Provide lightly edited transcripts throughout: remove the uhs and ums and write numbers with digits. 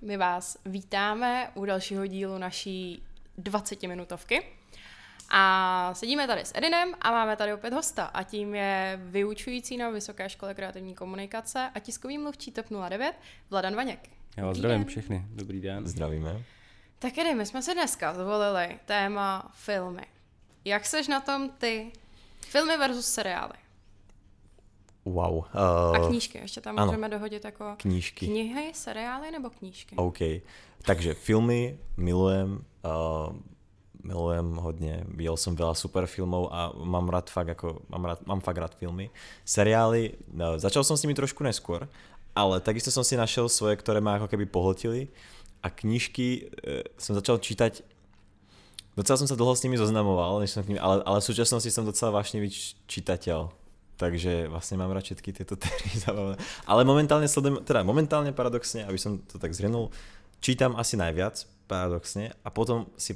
my vás vítáme u dalšího dílu naší 20-minutovky. A sedíme tady s Edinem a máme tady opět hosta a tím je vyučující na Vysoké škole kreativní komunikace a tiskový mluvčí TOP 09 Vladan Vaněk. Já vás zdravím všechny, dobrý den. Zdravíme. Tak Edy, my jsme si dneska zvolili téma filmy. Jak seš na tom ty? Filmy versus seriály. Wow. A knížky, ještě tam ano. můžeme dohodit jako Knížky. Knihy, seriály nebo knížky? OK. Takže filmy milujem hodně. Viděl jsem veľa super filmov a mám fakt rád filmy. Seriály, začal som s nimi trošku neskôr, ale takisto som si našiel svoje, ktoré ma ako keby pohltili a knížky som začal čítať. Docela som sa dlho s nimi zoznamoval, než som k nimi, ale v súčasnosti som docela vášnivý čitateľ. Takže vlastne mám rád všetky tieto témy zabavné. Ale momentálne paradoxne, aby som to tak zhrnul, čítam asi najviac, paradoxne, a potom si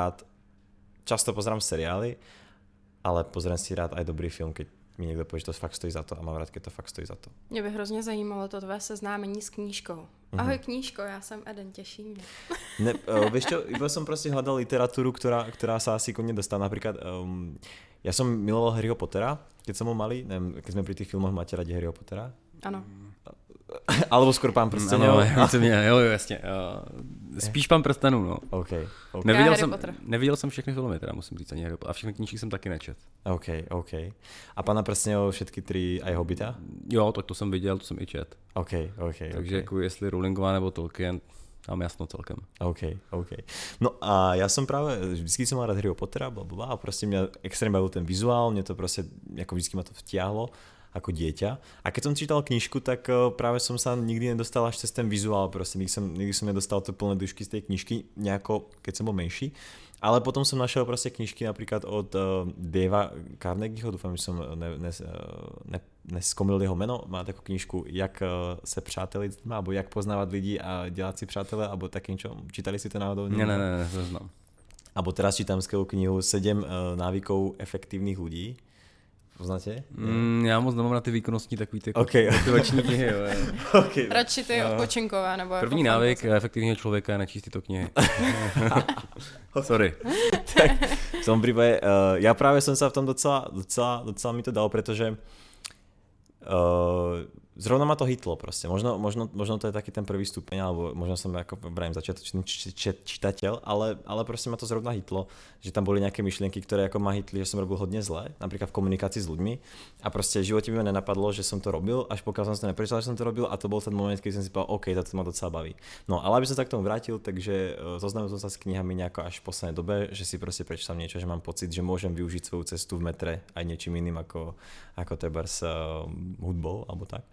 často pozerám seriály, ale pozriem si rád aj dobrý film, keď mi niekto povie, že to fakt stojí za to a mám rád, keď to fakt stojí za to. Mě by hrozně zajímalo to tvé seznámení s knížkou. Ahoj knížko, já jsem Eden, těší mě. Vieš čo, iba som proste hľadal literatúru, ktorá sa asi ku mne dostala. Napríklad, ja som miloval Harryho Pottera, keď som ho malý, neviem, keď sme pri tých filmoch, máte radi Harryho Pottera? Ano. Alebo skôr Pán prstenů. Jo, jasně. Spíš Pán prstenů, no. Okay. Neviděl jsem všechny filmy, teda musím říct, ani Harry Potter. A všechny knížky jsem taky nečet. OK. A Pána prstenů všetky 3 aj Hobita? Jo, tak to jsem viděl, to jsem i čet. OK. Takže jako jestli Rowlingová nebo Tolkien, mám jasno celkem. OK. No a ja som práve, vždycky som mal rád Harryho Pottera, blablabla, a proste mňa extrémne bavil ten vizuál, mne to proste, ako vždycky ma to vtiahlo ako dieťa. A keď som čítal knižku, tak práve som sa nikdy nedostal až cez ten vizuál, proste nikdy som nedostal to plné dušky z tej knižky, nejako, keď som bol menší. Ale potom som našiel proste knižky napríklad od Davea Carnegieho, dúfam, že som neskomil jeho meno, má takú knižku Jak se přátelit, alebo Jak poznávat lidi a dělat si přátele, alebo takým čo, čítali si to náhodou? Ne, to znám. Alebo teraz čítam skvelú knihu 7 návykov efektívnych ľudí. Poznáte? Já moc nemám na ty výkonnostní takový ty motivační knihy. Okay. Radši ty odpočinkové nebo první jako návyk efektivního člověka je načíst tyto knihy. Sorry. Tak v tom prípade, ja práve som sa v tom docela mi to dal, pretože zrovna ma to hitlo proste. Možno to je taký ten prvý stupeň, alebo možno som ako vrajím začiatočný čitateľ, ale proste ma to zrovna hitlo, že tam boli nejaké myšlienky, ktoré ako ma hitli, že som robil hodne zle, napríklad v komunikácii s ľuďmi a proste v živote by ma nenapadlo, že som to robil, až pokiaľ som si to neprečítal, že som to robil, a to bol ten moment, keď som si povedal, OK, toto ma docela baví. No, ale aby som sa k tomu vrátil, takže zoznamil som sa s knihami nejako až v poslednej dobe, že si proste prečítam niečo, že mám pocit, že môžem využiť svoju cestu v metre aj niečím iným ako trebárs hudbou alebo tak.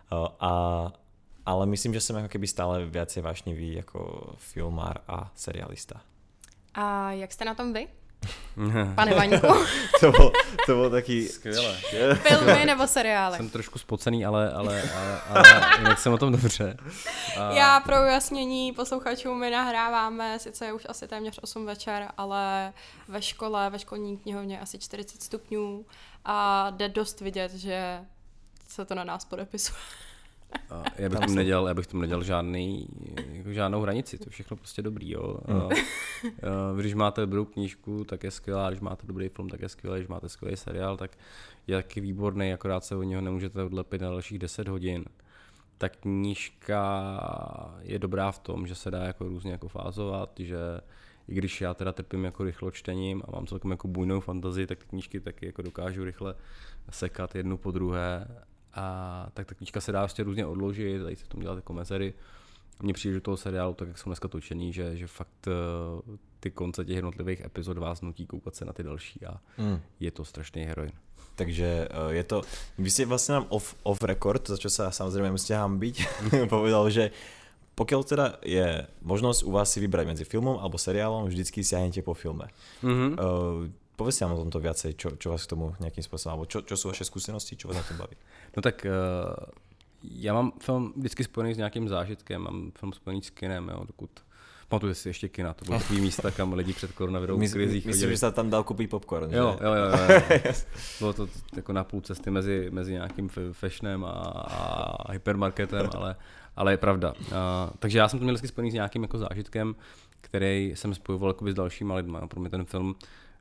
Ale myslím, že som ako keby stále viacej vášnivý ako filmár a serialista. A jak jste na tom vy? Pane Vaňku. to bol taký... Skvěle. Filmy nebo seriály? Jsem trošku spocený, ale jinak jsem o tom dobře. Já pro ujasnění posluchačům, my nahráváme, sice je už asi téměř 8 večer, ale ve školní knihovně asi 40 stupňů a jde dost vidět, že se to na nás podepisuje. Já bych tomu nedělal žádnou hranici, to je všechno prostě dobrý, jo. Když máte dobrou knížku, tak je skvělá, když máte dobrý film, tak je skvělý, když máte skvělý seriál, tak je taky výborný, akorát se od něho nemůžete odlepit na dalších 10 hodin. Ta knížka je dobrá v tom, že se dá jako různě jako fázovat, že i když já teda trpím jako rychločtením a mám celkem jako bujnou fantazii, tak ty knížky taky jako dokážu rychle sekat jednu po druhé. A tak ta knížka se dá prostě různě odložit, tady se v tom dělat jako mezery. Mně přijde, že toho seriálu, tak jak jsou dneska točený, že fakt ty konce těch jednotlivých epizod vás nutí koukat se na ty další a je to strašný heroin. Takže je to, vy ste vlastne nám off record, za čo sa samozrejme musíte hambiť, povedal, že pokiaľ teda je možnosť u vás si vybrať medzi filmom alebo seriálom, vždycky siahnete po filme. Povedzte nám o tomto viacej, čo vás k tomu nejakým spôsobom, alebo čo sú vaše skúsenosti, čo vás na tom baví? No tak já mám film vždycky spojený s nějakým zážitkem, mám film spojený s kinem, jo, dokud pamatuju si ještě kina, to bylo takový místa, kam lidi před koronavirovou krizí chodili. Myslím, že se tam dal koupit popcorn, jo. Bylo to jako na půl cesty mezi nějakým fashionem a hypermarketem, ale je pravda. Takže já jsem to měl vždycky spojený s nějakým jako zážitkem, který jsem spojoval jakoby s dalšíma lidma. Pro mě ten film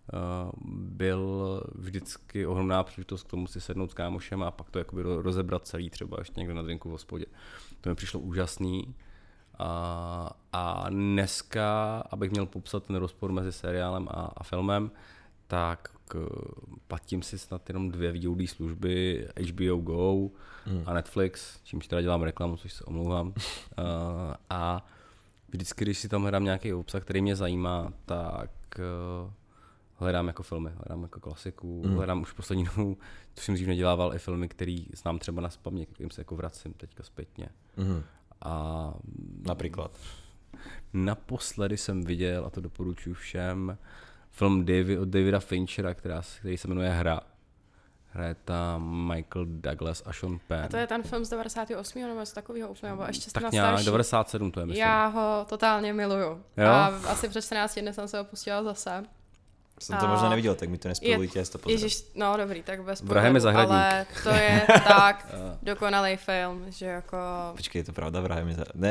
byl vždycky ohromná příležitost k tomu si sednout s kámošem a pak to jakoby rozebrat celý, třeba ještě někde na drinku v hospodě. To mi přišlo úžasný. A dneska, abych měl popsat ten rozpor mezi seriálem a filmem, tak platím si snad jenom 2 VOD služby, HBO Go a Netflix, čímž teda dělám reklamu, což se omlouvám. A vždycky, když si tam hledám nějaký obsah, který mě zajímá, tak hledám jako filmy, hledám jako klasiku, hledám už poslední dobu, což jsem dřív nedělával, i filmy, který znám třeba na spamě, kterým se jako vracím teďka zpětně. A například? Naposledy jsem viděl, a to doporučuji všem, film od Davida Finchera, který se jmenuje Hra. Hraje tam Michael Douglas a Sean Penn. A to je ten film z 98. nebo něco takového úplně, nebo ještě tak na nějak starší. 97 to je, myslím. Já ho totálně miluju. Jo? A asi před 14 dny jsem se ho pustila zase. Jsem to možná neviděl, tak mi to nespojujte, já si to pozrám. Ježiš, no dobrý, tak bez Vrahem je zahradník. Ale to je tak dokonalý film, že jako... Počkej, je to pravda, Vrahem je zahradník?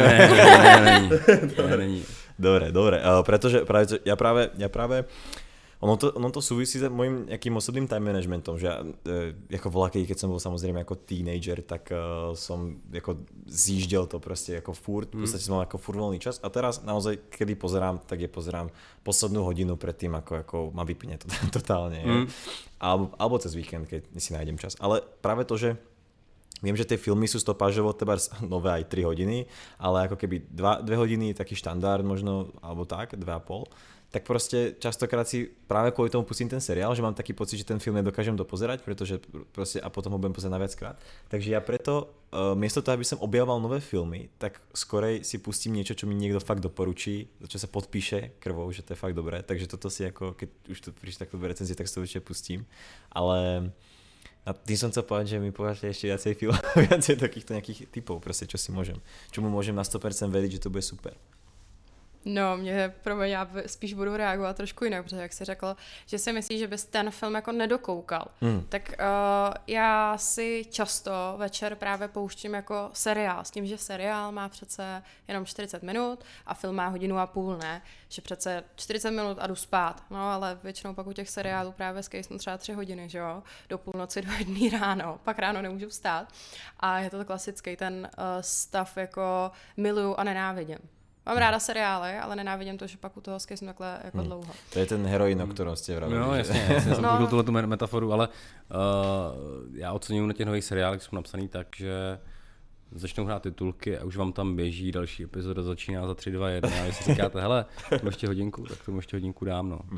Ne, není. Dobre, pretože ja práve ono to súvisí s mojím nejakým osobným time managementom, že ja, ako voľakej, keď som bol samozrejme ako teenager, tak som ako zjížděl to proste ako furt, v podstate som mal ako furt voľný čas a teraz naozaj, kedy pozerám, tak je pozerám poslednú hodinu predtým, ako ma vypne to totálne. Alebo cez víkend, keď si nájdem čas. Ale práve to, že viem, že tie filmy sú stopážovo, teba nové aj 3 hodiny, ale ako keby 2 hodiny taký štandard možno, alebo tak, 2,5, tak proste častokrát si práve kvôli tomu pustím ten seriál, že mám taký pocit, že ten film nedokážem dopozerať, pretože proste a potom ho budem pozerať na viackrát. Takže ja preto, miesto toho, aby som objavoval nové filmy, tak skorej si pustím niečo, čo mi niekto fakt doporučí, čo sa podpíše krvou, že to je fakt dobré. Takže toto si ako, keď už to príšte takto do recenzie, tak si to určite pustím. Ale a tým som chcel povedať, že mi považte ešte viacej filmov, viacej takýchto nejakých typov, proste, čo si môžem. Čomu môžem na 100% veriť, že to bude super. No, já spíš budu reagovat trošku jinak, protože jak jsi řekl, že si myslíš, že bys ten film jako nedokoukal. Tak já si často večer právě pouštím jako seriál, s tím, že seriál má přece jenom 40 minut a film má 1,5 hodiny, ne? Že přece 40 minut a jdu spát, no ale většinou pak u těch seriálů právě skejsnu třeba 3 hodiny, že jo, do půlnoci, do 1 ráno, pak ráno nemůžu vstát a je to klasický ten stav jako miluju a nenávidím. Mám ráda seriály, ale nenávidím to, že pak u toho skejsnu takhle jako dlouho. To je ten heroin, o ktorom ste vravili. No jasně, jsem použil tuhletu metaforu, ale já oceňuji na těch nových seriálech, jsou napsaný tak, že začnou hrát titulky a už vám tam běží další epizoda, začíná za 3, 2, 1 a vy si říkáte, hele, tomu ještě hodinku, tak tomu ještě hodinku dám, no.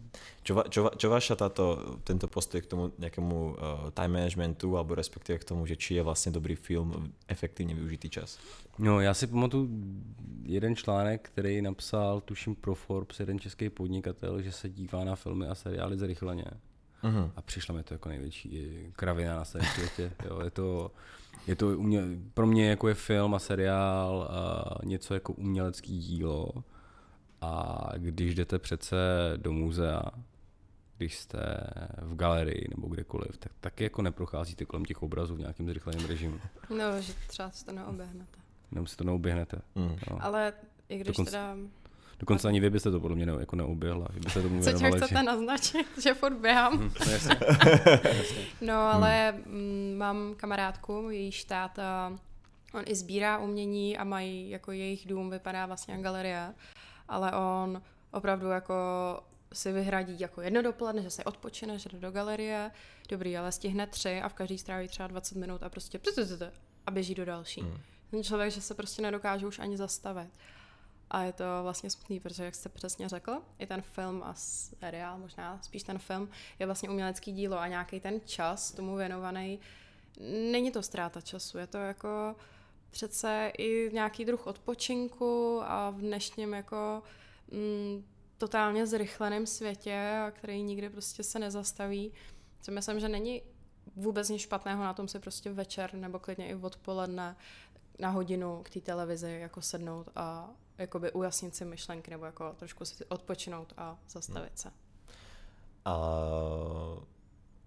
Čo vaša tento postoj k tomu nejakému time managementu, alebo respektíve k tomu, že či je vlastne dobrý film efektívne využitý čas? No, já si pamatuju jeden článek, který napsal, tuším pro Forbes, jeden český podnikatel, že se dívá na filmy a seriály zrychleně. A přišla mi to jako největší kravina na celém světě. Jo, je to pro mě jako je film a seriál něco jako umělecký dílo. A když jdete přece do muzea, když jste v galerii nebo kdekoliv, tak taky jako neprocházíte kolem těch obrazů v nějakém zrychleném režimu. No, že třeba si to neoběhnete. Nebo si to neoběhnete. No. Ale i když teda... Dokonce ani vy byste to podle mě jako neoběhla. Že tomu co tě chcete naznačit, že furt běhám? No, jasně. No ale mám kamarádku, jejíž táta, on i sbírá umění a mají jako jejich dům, vypadá vlastně jak galerie, ale on opravdu jako si vyhradí jako jedno dopoledne, že se odpočine, že jde do galerie, dobrý, ale stihne 3 a v každý stráví třeba 20 minut a prostě a běží do další. Ten člověk, že se prostě nedokáže už ani zastavit. A je to vlastně smutný, protože jak jste přesně řekl, i ten film a seriál, možná spíš ten film, je vlastně umělecký dílo a nějaký ten čas tomu věnovaný, není to ztráta času, je to jako přece i nějaký druh odpočinku a v dnešním jako totálně zrychleném světě, který nikdy prostě se nezastaví. Co myslím, že není vůbec nic špatného na tom si prostě večer nebo klidně i odpoledne na hodinu k té televizi jako sednout a jakoby ujasnit si myšlenky nebo jako trošku si odpočinout a zastavit se.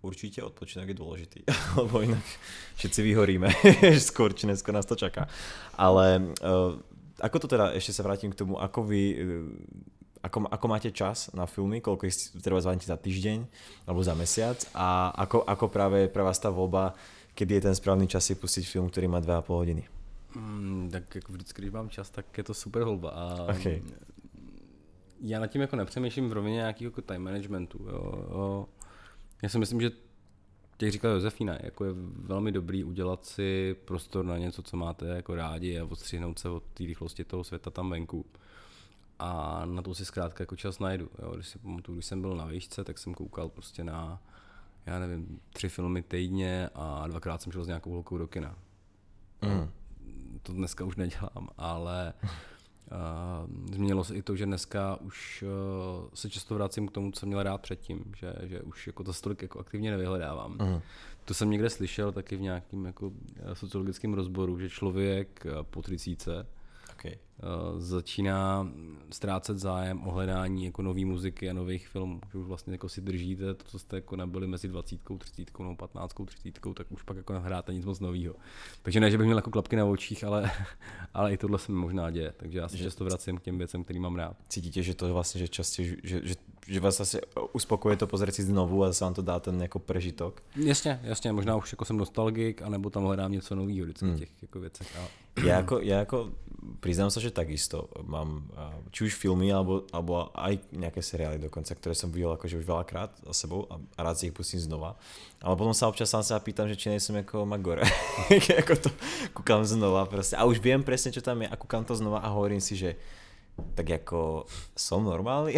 určite odpočinok je dôležitý, lebo inak všetci vyhoríme, skôr či neskôr nás to čaká. Ale ako to teda, ešte sa vrátim k tomu, ako vy, ako máte čas na filmy, koľko ich treba zvládnete za týždeň alebo za mesiac a ako práve pre vás tá voľba, kedy je ten správný čas si pustiť film, ktorý má 2,5 hodiny? Tak jako vždycky, když mám čas, tak je to super volba. A okay. Já nad tím jako nepřemýšlím v rovině nějakého jako time managementu. Jo. Já si myslím, že jak říkala Josefína, jako je velmi dobrý udělat si prostor na něco, co máte jako rádi a odstřihnout se od té rychlosti toho světa tam venku. A na to si zkrátka jako čas najdu. Jo. Když si pamatuju, když jsem byl na výšce, tak jsem koukal prostě na, já nevím, 3 filmy týdně a 2krát jsem šel s nějakou holkou do kina. To dneska už nedělám, ale změnilo se i to, že dneska už se často vracím k tomu, co měl rád předtím, že už jako to tolik jako aktivně nevyhledávám. To jsem někde slyšel taky v nějakým jako sociologickém rozboru, že člověk po 30 začíná ztrácet zájem o hledání jako nový muziky a nových filmů, že už vlastně jako si držíte to, co jste jako nabili mezi 20, 30 nebo 15, 30, tak už pak jako nehráte nic moc novýho. Takže ne, že bych měl jako klapky na očích, ale i tohle se mi možná děje, takže já se často vracím k těm věcem, který mám rád. Cítíte, že to vlastně, že častěji, že vás asi uspokojuje to pozrieť si znovu a zase vám to dá ten jako prežitok? Jasně, možná už jako jsem nostalgik, anebo tam hledám něco novýho vždycky v těch jako věcech. Ja ako priznám sa, že takisto mám či už filmy alebo aj nejaké seriály dokonca, ktoré som videl akože už veľakrát za sebou a rád si ich pustím znova. Ale potom sa občas sám sa pýtam, že či nejsem ako Magore. Ako to kúkam znova proste. A už viem presne, čo tam je a kúkam to znova a hovorím si, že tak jako som normálny?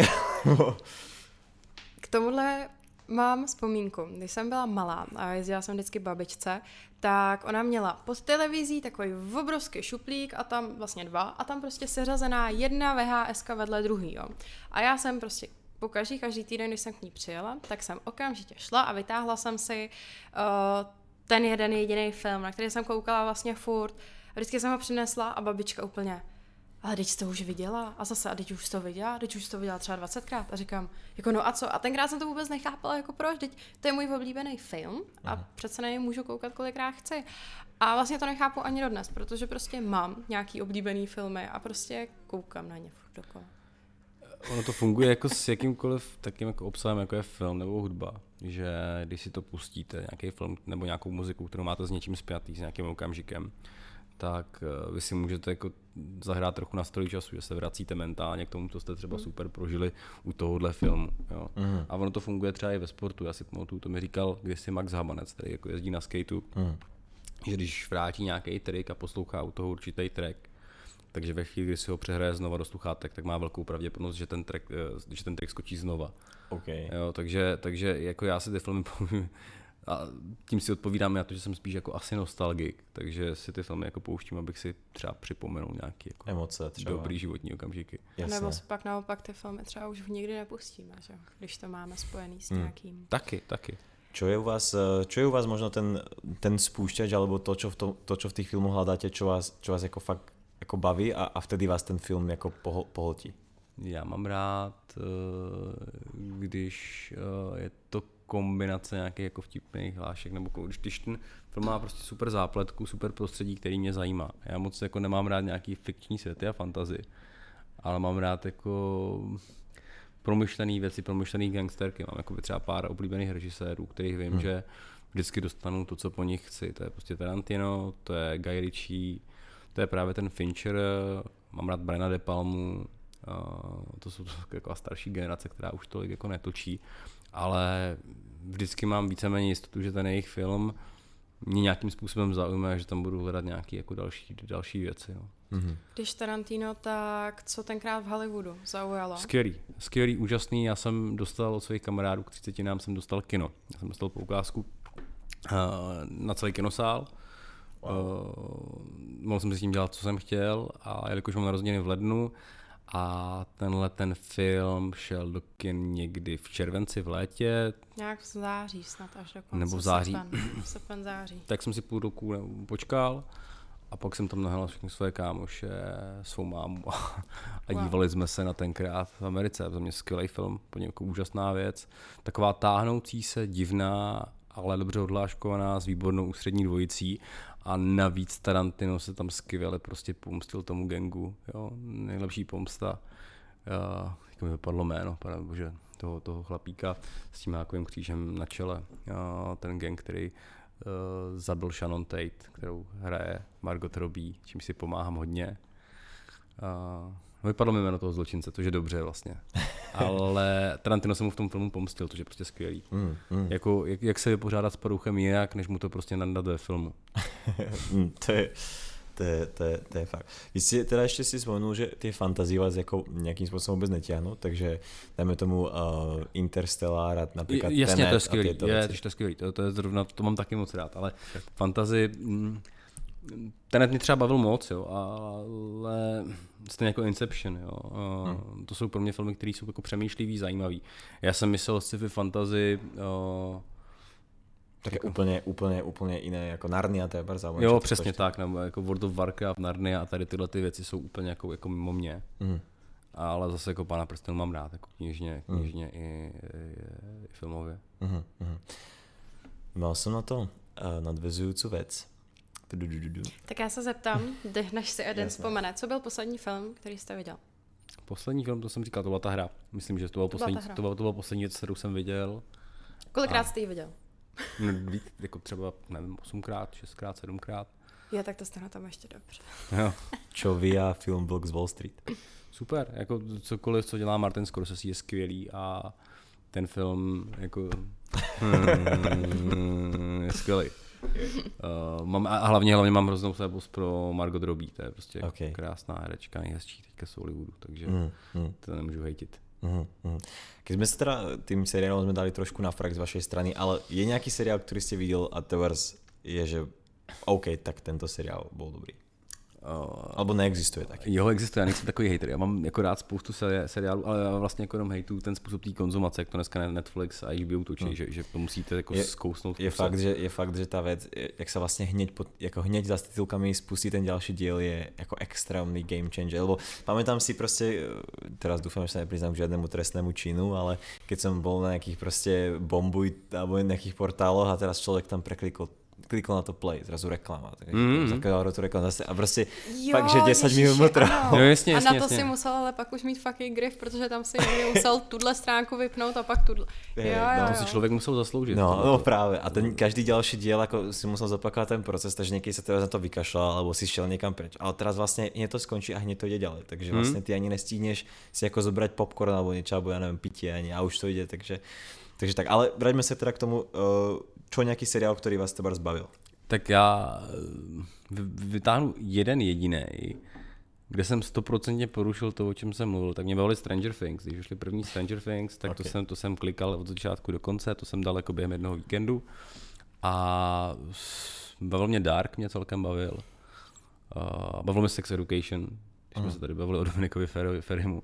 K tomuhle mám vzpomínku. Když jsem byla malá a jezdila jsem vždycky babičce, tak ona měla pod televizí takový obrovský šuplík a tam vlastně 2 a tam prostě seřazená jedna VHS-ka vedle druhý. Jo. A já jsem prostě každý týden, když jsem k ní přijela, tak jsem okamžitě šla a vytáhla jsem si ten jeden jediný film, na který jsem koukala vlastně furt. A vždycky jsem ho přinesla a babička úplně: ale teď jsi to už viděla a zase, a teď už jsi to viděla, třeba 20krát a říkám, jako no a co? A tenkrát jsem to vůbec nechápala, jako proč, teď to je můj oblíbený film a přece na něj můžu koukat kolikrát chci. A vlastně to nechápu ani dodnes, protože prostě mám nějaký oblíbený filmy a prostě koukám na ně furt dokola. Ono to funguje jako s jakýmkoliv takým jako obsahem, jako je film nebo hudba, že když si to pustíte, nějaký film nebo nějakou muziku, kterou máte s něčím spjatý, s nějakým okamžikem, tak vy si můžete jako zahrát trochu na stroj času, že se vracíte mentálně k tomu, co jste třeba super prožili u tohohle filmu. Jo. A ono to funguje třeba i ve sportu. Já si pamatuju, to mi říkal kdysi Max Habanec, který jako jezdí na skateu, že když vrátí nějaký trik a poslouchá u toho určitý track, takže ve chvíli, kdy si ho přehraje znova do sluchátek, tak má velkou pravděpodobnost, že ten track skočí znova. Okay. Jo, takže jako já si ty filmy a tím si odpovídám na to, že jsem spíš jako asi nostalgik, takže si ty filmy jako pouštím, abych si třeba připomenul nějaký jako emoce, třeba dobrý životní okamžiky. Jasně. Nebo pak naopak ty filmy třeba už nikdy nepustíme, že? Když to máme spojený s nějakým. Taky. Čo je u vás možno ten spúšťač, alebo to, čo v tých filmoch hľadáte, čo vás jako fakt jako baví a vtedy vás ten film jako pohltí? Já mám rád, když je to kombinace nějakých jako vtipných hlášek, nebo když ten film má prostě super zápletku, super prostředí, který mě zajímá. Já moc jako nemám rád nějaký fikční světy a fantasy, ale mám rád jako promyšlený věci, promyšlený gangsterky. Mám jako třeba pár oblíbených režisérů, kterých vím, že vždycky dostanu to, co po nich chci. To je prostě Tarantino, to je Guy Ritchie, to je právě ten Fincher, mám rád Briana De Palmu, to jsou jako starší generace, která už tolik jako netočí, ale vždycky mám víceméně jistotu, že ten jejich film mě nějakým způsobem zaujme, že tam budu hledat nějaké jako další věci. Jo. Když Tarantino, tak co tenkrát v Hollywoodu zaujalo? Skvělý, úžasný. Já jsem dostal od svých kamarádů k 30 nám jsem dostal kino. Já jsem dostal poukázku na celý kinosál. Mohl jsem si s tím dělat, co jsem chtěl, a jelikož mám narozeniny v lednu a ten film šel do kin někdy v červenci, v létě. Nějak v září snad až dokonce. Nebo v září. Srpen, září. Tak jsem si půl roku počkal a pak jsem tam nahrál všechny svoje kámoše, svou mámu a dívali jsme se na tenkrát v Americe. Za mě skvělý film, úplně jako úžasná věc. Taková táhnoucí se, divná ale dobře odhláškovaná s výbornou ústřední dvojicí a navíc Tarantino se tam skvěle prostě pomstil tomu gangu, jo, nejlepší pomsta, jak mi vypadlo jméno, panebože, toho chlapíka s tím nákovým křížem na čele, ten gang, který zabil Shannon Tate, kterou hraje Margot Robbie, čím si pomáhám hodně. Vypadlo mi jméno toho zločince, to je dobře vlastně. Ale Tarantino se mu v tom filmu pomstil, to je prostě skvělý. Jako, jak se vypořádat s poruchem jinak, než mu to prostě nandat ve filmu. To je fakt. Vy ste teda ešte si spomenul, že tie fantazie vás jako nejakým spôsobom vôbec netiahnu, takže dajme tomu Interstellar a napríklad Jasně, Tenet to je skvělý, a tieto veci. to je skvělý, to je zrovna, to mám taky moc rád, ale fantasy, Tenet mě třeba bavil moc, jo, ale stejně jako Inception, jo. To jsou pro mě filmy, které jsou jako přemýšlivý, zajímavý. Já jsem myslel sci-fi fantasy, Také úplně jiné, jako Narnia, to je bardzo zaujímavé. Jo, přesně tak, nebo jako World of Warcraft, Narnia a tady tyhle ty věci jsou úplně jako mimo mě. Ale zase jako Pána prstenů mám rád, jako knižně i filmově. Mal som na to nadvezujúcu vec. Tak já se zeptám, než si Eden vzpomene, co byl poslední film, který jste viděl? Poslední film, to jsem říkal, to byla ta hra. Myslím, že to byla poslední věc, kterou jsem viděl. Kolikrát jste ji viděl? No, jako třeba, nevím, 8krát, 6krát, 7krát. Jo, tak to jste na tom ještě dobře. Jo. Čo vy a film Vlk z Wall Street. Super, jako cokoliv, co dělá Martin Scorsese, je skvělý a ten film jako je skvělý. A hlavně mám hroznou slabosť pro Margot Robbie, to je prostě krásná herečka, nejhezčí teďka z Hollywoodu, takže to nemůžu hejtit. Keď sme sa teda tým seriálom sme dali trošku na frak z vašej strany, ale je nejaký seriál, ktorý ste videl a teraz je, že OK, tak tento seriál bol dobrý. Alebo neexistuje taký. Jo, existuje, já nejsem takový hejter. Já mám jako rád spoustu seriálů, ale já vlastně jako jenom hejtu ten způsob té konzumace, jak to dneska Netflix a HBO točí, že to musíte jako zkousnout. Je fakt, že tá vec, jak sa vlastne hneď za titulkami spustí ten ďalší diel, je ako extrémny game changer. Lebo pamätám si proste, teraz dúfam, že sa nepriznám k žiadnemu trestnému činu, ale keď som bol na nejakých proste bombuj alebo nejakých portáloch a teraz človek tam klikol na to play, zrazu reklama. Zakladal tu reklamu zase a prostě fakt, že 10 minut trvalo. Jasně, a na to si musel ale pak už mít fucking grif, protože tam si musel tuhle stránku vypnout a pak tuhle. To si člověk musel zasloužit. No právě. A ten každý ďalší diel ako si musel zopakovat ten proces, takže niekedy sa teda na to vykašľal alebo si šiel niekam preč. Ale teraz vlastne hneď to skončí a hneď to ide ďalej. Takže vlastne ty ani nestihneš si ako zobrať popcorn alebo niečo, alebo ja neviem, pitie ani a už to ide, takže tak. Ale vraťme sa teda k tomu, čo nějaký seriál, který vás třeba zbavil? Tak já vytáhnu jeden jedinej, kde jsem 100% porušil to, o čem jsem mluvil. Tak mě bavili Stranger Things. Když vyšli první Stranger Things, tak to jsem klikal od začátku do konce, to jsem dal jako během jednoho víkendu. A bavil mě Dark, mě celkem bavil. Bavil mě Sex Education, když jsme se tady bavili o Dominikovi Ferrimu.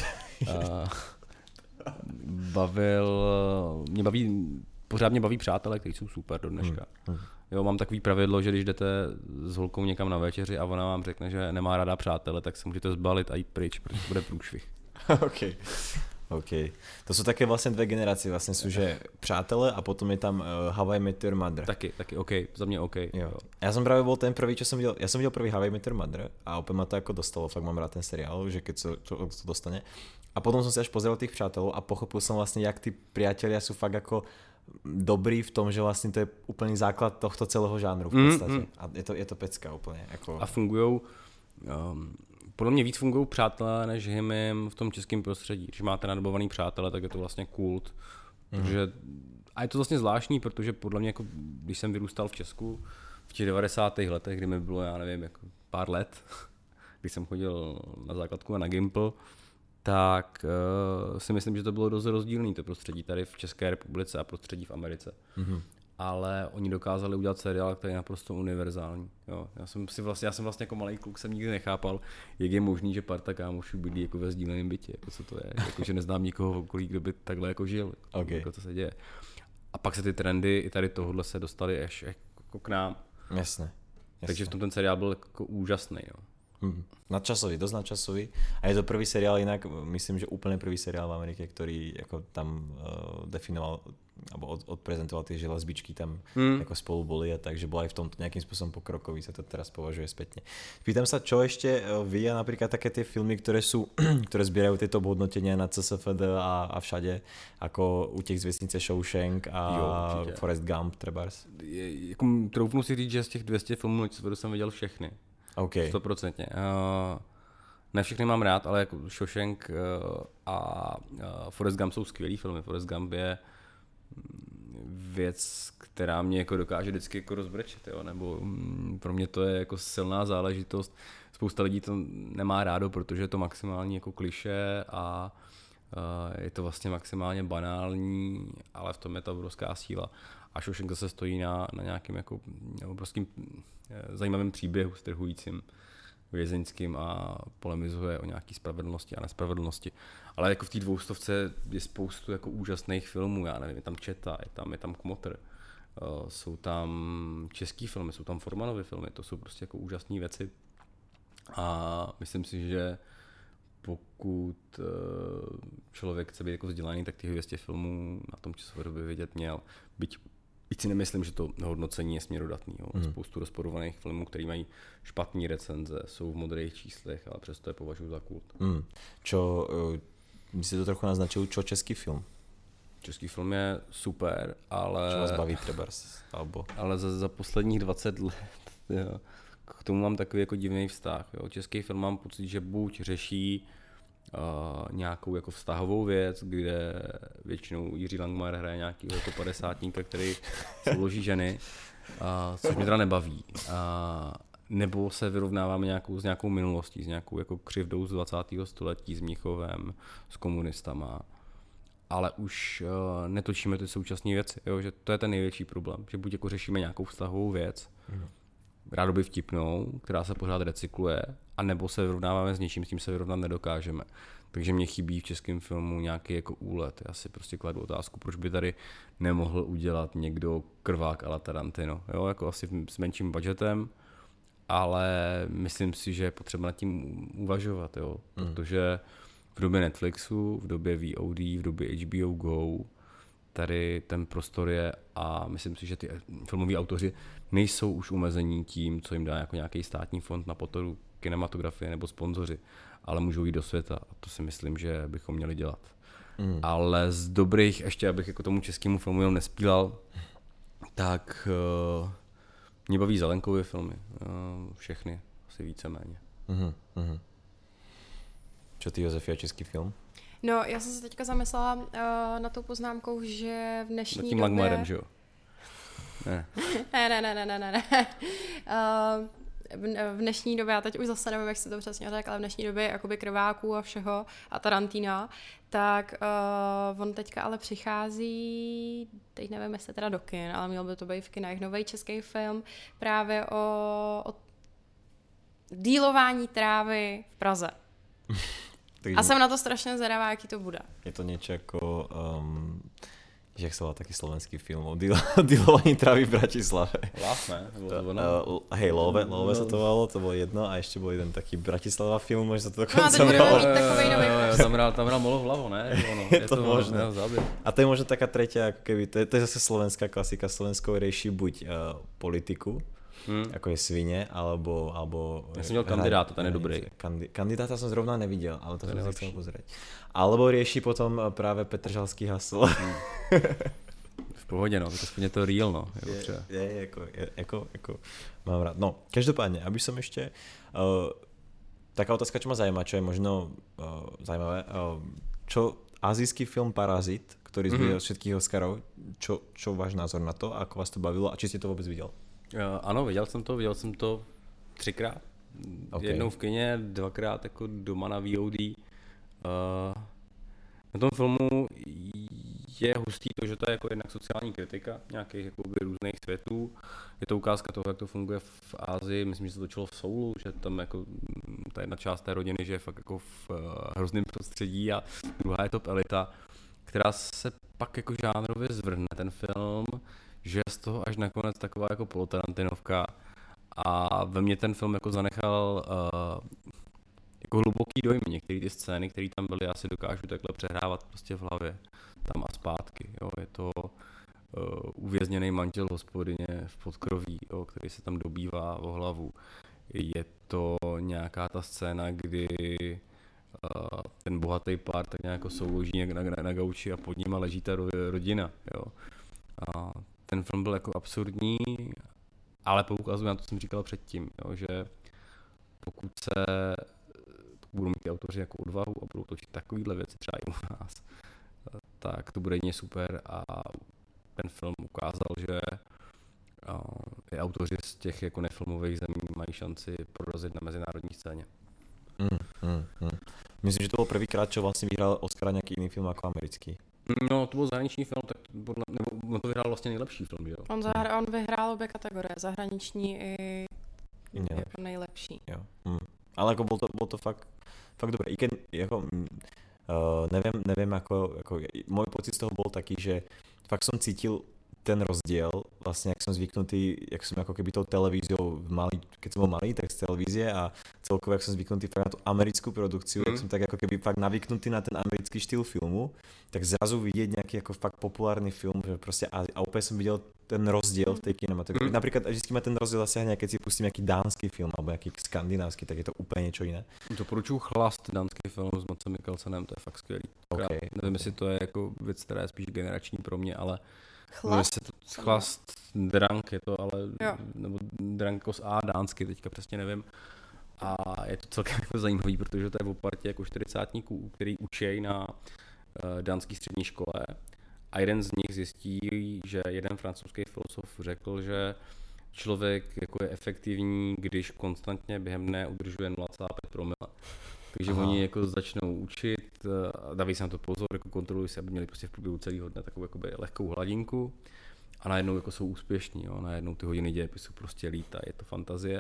Pořád mě baví Přátelé, kteří jsou super do dneška. Jo, mám takový pravidlo, že když jdete s holkou někam na večeři a ona vám řekne, že nemá ráda Přátele, tak se můžete zbalit a jít pryč, protože to bude průšvih. OK. To sú také vlastne dve generácie, vlastne sú, že Přátelé a potom je tam How I Met Your Mother. Taky, OK, za mě OK. Jo. Ja som práve bol ten prvý, čo som videl, ja som videl prvý How I Met Your Mother a opäť ma to ako dostalo, fakt mám rád ten seriál, že keď sa to dostane. A potom som si až pozrel tých Přátelov a pochopil som vlastne, jak tí priatelia sú fakt ako dobrý v tom, že vlastně to je úplný základ tohto celého žánru v podstatě. A je to pecka úplně. Jako... A fungujou, podle mě víc fungují Přátelé než Hymim v tom českém prostředí. Když máte nadobovaný Přátelé, tak je to vlastně kult. Protože, a je to vlastně zvláštní, protože podle mě, jako, když jsem vyrůstal v Česku v těch 90. letech, kdy mi bylo, já nevím, jako pár let, když jsem chodil na základku a na Gimpl, tak si myslím, že to bylo dost rozdílný to prostředí tady v České republice a prostředí v Americe. Ale oni dokázali udělat seriál, který je naprosto univerzální. Jo. Já jsem vlastně jako malý kluk jsem nikdy nechápal, jak je možný, že parta kámošů bydlí jako ve sdíleném bytě. Jako co to je? Jako, že neznám nikoho v okolí, kdo by takhle jako žil. Jako co se děje. A pak se ty trendy i tady tohohle se dostaly až jako k nám. Jasné. Takže v tom ten seriál byl jako úžasný. Jo. Nadčasový, dosť nadčasový. A je to prvý seriál inak, myslím, že úplne prvý seriál v Amerike, ktorý ako tam definoval alebo odprezentoval tie, že lesbičky tam ako spolu boli, a takže bol aj v tomto nejakým spôsobom pokrokový, sa to teraz považuje spätne. Pýtam sa, čo ešte vy a napríklad také tie filmy, ktoré zbierajú tieto hodnotenia na CSFD a všade, ako Útěk z věznice Shawshank a Forrest Gump trebárs. Troufnu si říct, že z těch 200 filmů na CSFD jsem viděl všechny. Okay. 100%. Ne všechny mám rád, ale jako Shawshank a Forrest Gump jsou skvělý filmy. Forrest Gump je věc, která mě jako dokáže vždycky jako rozbrečet, jo? Nebo pro mě to je jako silná záležitost. Spousta lidí to nemá rádo, protože je to maximální jako klišé a je to vlastně maximálně banální, ale v tom je ta obrovská síla. A Shawshank zase stojí na nějakým jako obrovským zajímavým příběhu strhujícím vězeňským a polemizuje o nějaký spravedlnosti a nespravedlnosti. Ale jako v té 200 je spoustu jako úžasných filmů, já nevím, je tam Četa, je tam Kmotr, jsou tam český filmy, jsou tam Formanovy filmy, to jsou prostě jako úžasné věci. A myslím si, že pokud člověk chce být jako vzdělaný, tak těch 200 filmů na tom časově by vidět měl. Byť si nemyslím, že to hodnocení je směrodatný. Spoustu rozporovaných filmů, které mají špatné recenze, jsou v modrých číslech, ale přesto je považuji za kult. My si to trochu naznačil, čo český film? Český film je super, ale... Čo vás baví trebárs? Ale za posledních 20 let jo, k tomu mám takový jako divný vztah. Jo. Český film mám pocit, že buď řeší nějakou jako vztahovou věc, kde většinou Jiří Langmajer hraje nějakýho jako padesátníka, který se vloží ženy, což mě teda nebaví. Nebo se vyrovnáváme s nějakou minulostí, s nějakou jako křivdou z 20. století, s Mnichovem, s komunistama. Ale už netočíme ty současné věci, jo? Že to je ten největší problém, že buď jako řešíme nějakou vztahovou věc, rádoby vtipnou, která se pořád recykluje, a nebo se vyrovnáváme s něčím, s tím se vyrovnat nedokážeme. Takže mě chybí v českém filmu nějaký jako úlet. Já si prostě kladu otázku, proč by tady nemohl udělat někdo krvák a la Tarantino. Jo, jako asi s menším budgetem, ale myslím si, že je potřeba nad tím uvažovat, jo, protože v době Netflixu, v době VOD, v době HBO Go, tady ten prostor je a myslím si, že ty filmoví autoři nejsou už omezení tím, co jim dá jako nějaký státní fond na podporu kinematografie nebo sponzoři, ale můžou jít do světa a to si myslím, že bychom měli dělat. Ale z dobrých, ještě abych jako tomu českému filmu jenom nespílal, tak mě baví Zelenkovy filmy, všechny, asi víceméně. Čo ty, Josefia, český film? No, já jsem se teďka zamyslela na tou poznámkou, že v dnešní době... Tím Langmarem, že jo? Ne. Ne. V dnešní době, já teď už zase nevím, jak si to přesně řekl, ale v dnešní době jakoby krváků a všeho a Tarantina, tak on teďka ale přichází, teď nevím, jestli teda do kin, ale měl by to být v kinách, nový český film právě o dílování trávy v Praze. A jsem na to strašně zvedavá, jaký to bude. Je to niečo ako, jak sa volá taký slovenský film o dílovaní trávy v Bratislave. Love, Hej, Love sa to volalo, to bolo jedno, a ešte bol jeden taký Bratislava film, možno sa to dokonca volalo. Tam hrál Molo Hlavo, ne? Je to možné. A to je možno taká tretia, ako keby, to je zase slovenská klasika, Slovensko rieši buď politiku, ako je Svine, alebo ja som měl Kandidáta, ten je dobrý. Kandidáta som zrovna nevidel, ale to som si chcel pozrieť. Alebo rieši potom práve Petržalský hasl. V pohodě, no, to je to real, no. Je, mám rád. No, každopádne, aby som ešte... taká otázka, čo ma zaujíma, čo je možno zaujímavé. Čo azijský film Parazit, ktorý zbudil všetkých Oscarov, čo váš názor na to, ako vás to bavilo a či ste to vôbec videl? Ano, viděl jsem to 3krát. Okay. Jednou v kině, 2krát jako doma na VOD. Na tom filmu je hustý to, že to je jako jednak sociální kritika nějakých jakoby různých světů. Je to ukázka toho, jak to funguje v Asii. Myslím, že se to točilo v Soulu, že tam jako ta jedna část té rodiny, že je fakt jako v hrozném prostředí, a druhá je top elita, která se pak jako žánrově zvrhne ten film, že je z toho až nakonec taková jako polotarantinovka A ve mně ten film jako zanechal jako hluboký dojmy. Některé ty scény, které tam byly, já si dokážu takhle přehrávat prostě v hlavě. Tam a zpátky. Jo. Je to uvězněný manžel hospodyně v podkroví, jo, který se tam dobývá o hlavu. Je to nějaká ta scéna, kdy ten bohatý pár tak nějak souloží na gauči a pod nima leží ta rodina. Jo. A ten film byl jako absurdní, ale poukazuje na to, co jsem říkal předtím, jo, že pokud budou mít ty autoři jako odvahu a budou točit takovýhle věci třeba i u nás, tak to bude jedině super a ten film ukázal, že i autoři z těch jako nefilmových zemí mají šanci prorazit na mezinárodní scéně. Myslím, že to byl prvýkrát, čo vlastně vyhrál Oscara nějaký jiný film jako americký. No, to byl zahraniční film, tak nebo on to vyhrál vlastně nejlepší film, jo? On vyhrál obě kategorie, zahraniční i jako nejlepší. Jo. Ale jako bol to fakt dobré. I keď, jako, neviem ako môj pocit z toho bol taký, že fakt som cítil ten rozdiel, vlastne jak som zvyknutý, jak som ako keby tou televíziou keď som bol malý, tak z televízie a celkovo jak som zvyknutý fakt na tú americkú produkciu, jak som tak ako keby fakt navyknutý na ten americký štýl filmu, tak zrazu vidieť nejaký ako fakt populárny film, že proste a úplne som videl ten rozdiel v tej kinematografii. Napríklad vždycky ma ten rozdiel zasiahne, keď si pustím nejaký dánsky film alebo nejaký skandinávsky, tak je to úplně něco jiné. Doporučuji Chlast, dánský film s Madsem Mikkelsenem, to je fakt skvělý. Okay. Nevím, jestli to je jako věc, která je spíš generační pro mě, ale Chlast, Drank je to, ale nebo Drankos A dánsky, teďka přesně nevím. A je to celkem jako zajímavý, protože to je v partě jako 40-tníků, který učí na dánské střední škole. A jeden z nich zjistí, že jeden francouzský filozof řekl, že člověk jako je efektivní, když konstantně během dne udržuje 0,5 promile. Takže oni jako začnou učit, dávají se na to pozor, jako kontrolují se, aby měli prostě v průběhu celého dne takovou jakoby lehkou hladinku a najednou jako jsou úspěšní, jo? Najednou ty hodiny dějepisu prostě lítají, je to fantazie.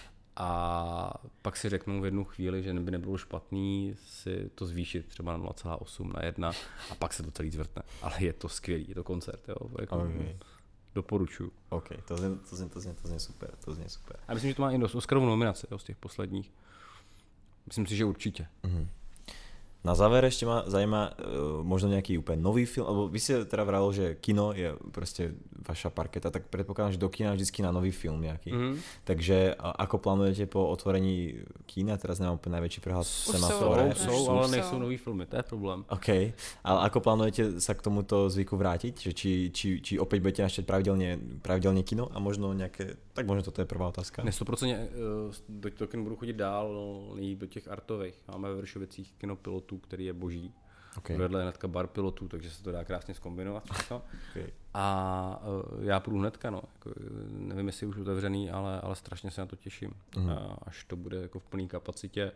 A pak si řeknou v jednu chvíli, že by nebylo špatný si to zvýšit třeba na 0,8 na 1 a pak se to celý zvrtne. Ale je to skvělý, je to koncert, jo. Jako doporučuju. OK, to zní super, to zní super. A myslím, že to má i dost Oscarovou nominaci, jo, z těch posledních. Myslím si, že určitě. Na záver ešte ma zajíma možno nejaký úplne nový film, alebo vy ste teda vralo, že kino je proste vaša parketa, tak predpokladám, že do kina vždycky na nový film nejaký. Takže ako plánujete po otvorení kína, teraz nemám úplne najväčší prehľad semafore. Sú, ale nejsou nový filmy, to je problém. OK, ale ako plánujete sa k tomuto zvyku vrátiť? Že či opäť budete naštět pravidelne kino a možno nejaké, tak možno toto je prvá otázka. Ne, 100% do kin budu chodit dál, do těch artových. Máme ve Vršovicích kino Pilotů, který je boží. Okay. Vedle je hnedka bar Pilotů, takže se to dá krásně zkombinovat. Okay. A já půjdu hnedka, no. Jako, nevím, jestli už otevřený, ale strašně se na to těším. Až to bude jako v plné kapacitě.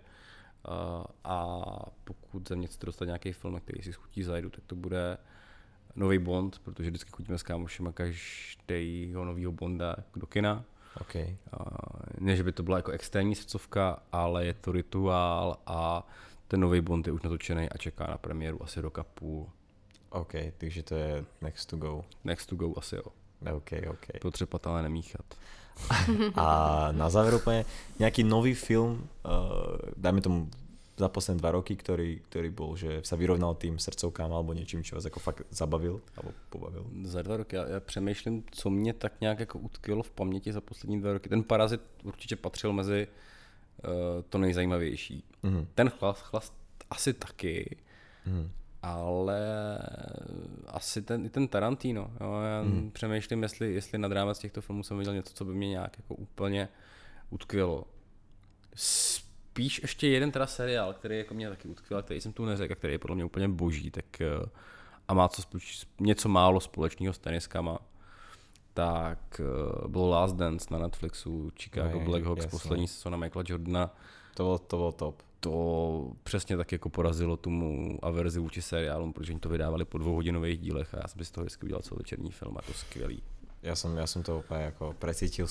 A pokud ze mě chcete dostat nějaký film, na který si schutí zajdu, tak to bude nový Bond, protože vždycky chodíme s kámošema každého nového Bonda do kina. Okay. Ne, že by to byla jako extrémní srdcovka, ale je to rituál a ten nový Bond je už natočený a čeká na premiéru asi roka půl. OK, takže to je next to go. Next to go asi jo. OK. Potřebat, ale nemíchat. A na záver úplně nějaký nový film, dajme tomu za posledné 2 roky, ktorý bol, že sa vyrovnal tým srdcovkám alebo něčím, čo vás jako fakt zabavil alebo pobavil? Za 2 roky, já přemýšlím, co mě tak nějak jako utkvělo v paměti za poslední 2 roky. Ten Parazit určitě patřil mezi to nejzajímavější. Ten chlast asi taky, ale asi ten Tarantino. Jo, já přemýšlím, jestli nad rámec těchto filmů jsem viděl něco, co by mě nějak jako úplně utkvělo. Spíš ještě jeden teda seriál, který jako mě taky utkvěl, který jsem tu neřekl, který je podle mě úplně boží, tak a má něco málo společného s teniskama, tak bylo Last Dance na Netflixu, Chicago Blackhawks, poslední sezóna Michaela Jordana. To bylo top. To přesně tak jako porazilo tomu averzi vůči seriálům, protože oni to vydávali po 2hodinových dílech a já jsem si z toho vždycky udělal celovečerní film a to skvělý. Já jsem to úplně jako precítil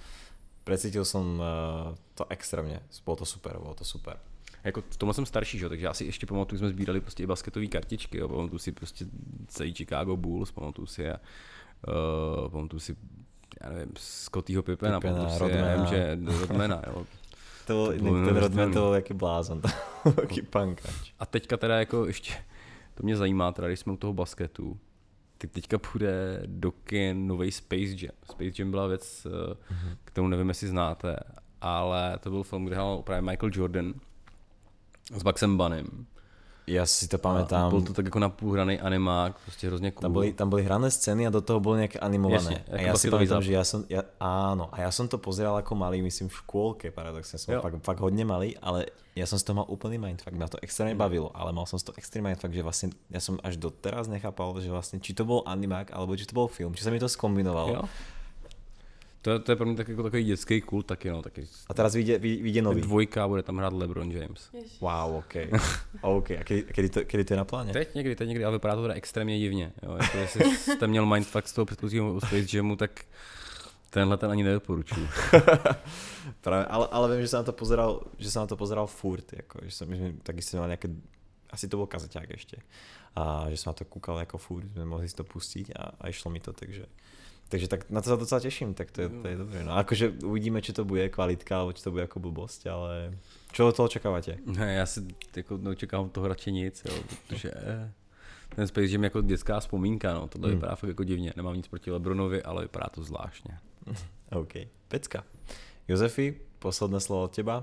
som to extrémně, bylo to super. Jako v tomhle jsem starší, že? Takže já si ještě pamatuju, jsme sbírali prostě i basketové kartičky, jo? Pamatuju si prostě celý Chicago Bulls, pamatuju si já nevím, Scottyho Pippena, Rodmana. že Rodmana, jo. Ten Rodman to byl jaký blázon, jaký pankač. A teďka teda jako ještě, to mě zajímá teda, když jsme u toho basketu, tak teďka půjde do kin novej Space Jam. Space Jam byla věc, kterou nevím, jestli znáte, ale to byl film, kde hrál právě Michael Jordan s Bugsem Bunnym. Já si to pamätám. Byl to tak jako napůl-hraný animák, prostě hrozně cool. Tam boli hrané scény a do toho bolo nejaké animované. Jasne, a ja si pamätám, že ja som to pozeral ako malý, myslím v škôlke, paradoxne som fakt hodne malý, ale ja som z toho mal úplný mindfuck, ma to extrémne bavilo, ale mal som z toho extrémne mindfuck, že vlastne ja som až doteraz nechápal, že vlastne či to bol animák, alebo či to bol film, či sa mi to skombinovalo. Jo. To je pro mě tak jako takový dětský kult taky, no. Taky. A teraz vyjde nový. Dvojka, bude tam hrát LeBron James. Ježiš. Wow, OK. A kedy to je na pláně? Teď někdy, ale vypadá to teda extrémně divně. Jo. Jako jestli jste měl mindfuck z toho předchozího Space Jamu, tak tenhle ten ani nedoporučuju. Právě, ale vím, že jsem na to pozeral furt, jako, že jsem taky si měl nějaké, asi to byl kazeťák ještě, a že jsem na to koukal jako furt, jsme mohli si to pustit a išlo mi to, takže tak na to sa docela teším, tak to je dobré. No akože uvidíme, či to bude kvalitka, alebo či to bude jako blbosť, ale čo od toho očekávate? Ne, já si jako neočekávám toho radši nic, jo, protože ten Space Jam jako dětská vzpomínka, no, tohle vypadá fakt jako divně. Nemám nic proti LeBronovi, ale vypadá to zvláštně. OK, pecka. Jozefi, posledné slovo od teba.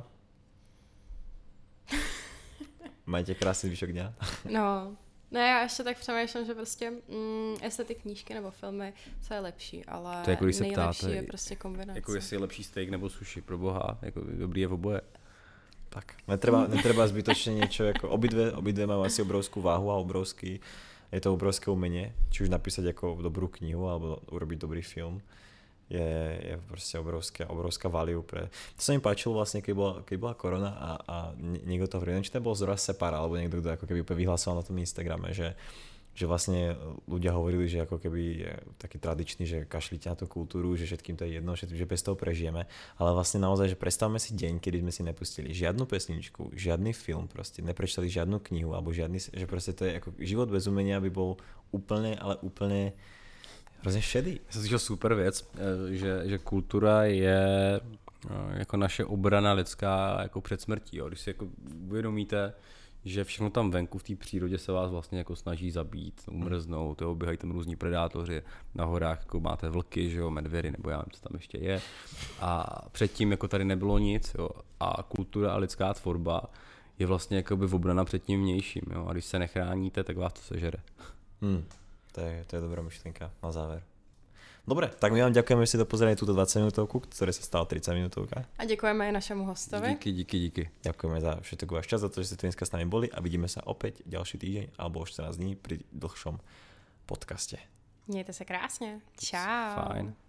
Majte krásný zvyšok dňa. No, já ještě tak přemýšlím, že prostě jestli ty knížky nebo filmy, co je lepší, ale to jako, když se nejlepší ptáte, je prostě kombinace. Jako jestli je lepší steak nebo sushi, pro boha, jako dobrý je v oboje. Tak, netreba zbytočne niečo, ako obidve majú asi obrovskú váhu a je to obrovské umenie, či už napísať ako dobrú knihu alebo urobiť dobrý film. Je proste obrovská value pre... To sa mi páčilo vlastne, keď bola korona a niekto to hovoril, či to bol zrovna Separa, alebo niekto, kto ako keby vyhlasoval na tom Instagrame, že vlastne ľudia hovorili, že ako keby je taký tradičný, že kašlite na tú kultúru, že všetkým to je jedno, že bez toho prežijeme, ale vlastne naozaj, že predstavme si deň, kedy sme si nepustili žiadnu pesničku, žiadny film, proste neprečítali žiadnu knihu, alebo že proste to je ako život bez umenia by bol úplne, ale úplne hrozně šedý. Já jsem slyšel super věc, že kultura je jako naše obrana lidská jako před smrtí. Jo. Když si jako uvědomíte, že všechno tam venku v té přírodě se vás vlastně jako snaží zabít, umrznout, jo, běhají tam různí predátoři, na horách jako máte vlky, že jo, medvědy, nebo já nevím, co tam ještě je. A předtím jako tady nebylo nic, jo, a kultura a lidská tvorba je vlastně jakoby obrana před tím vnějším, jo, a když se nechráníte, tak vás to sežere. To je dobrá myšlienka na záver. Dobre, tak my vám ďakujeme, že ste dopozerali túto 20 minútovku, ktoré sa stala 30 minútovka. A děkujeme i našemu hostovi. Díky. Ďakujeme za všetko váš čas, za to, že ste tu dneska s nami boli a vidíme sa opäť ďalší týždeň alebo 14 dní pri dlhšom podcaste. Mějte se krásně. Čau. Fajn.